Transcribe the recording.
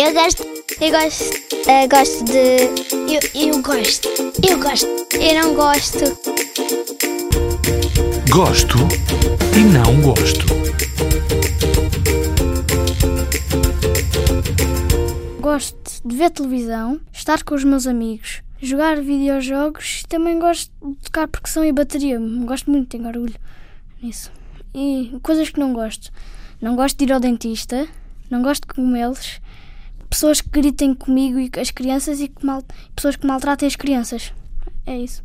Eu gosto de... Eu gosto. Eu não gosto. Gosto e não gosto. Gosto de ver televisão, estar com os meus amigos, jogar videojogos e também gosto de tocar percussão e bateria. Gosto muito, tenho orgulho nisso. E coisas que não gosto. Não gosto de ir ao dentista, não gosto de cogumelos, pessoas que gritem comigo e as crianças e pessoas que maltratem as crianças. É isso.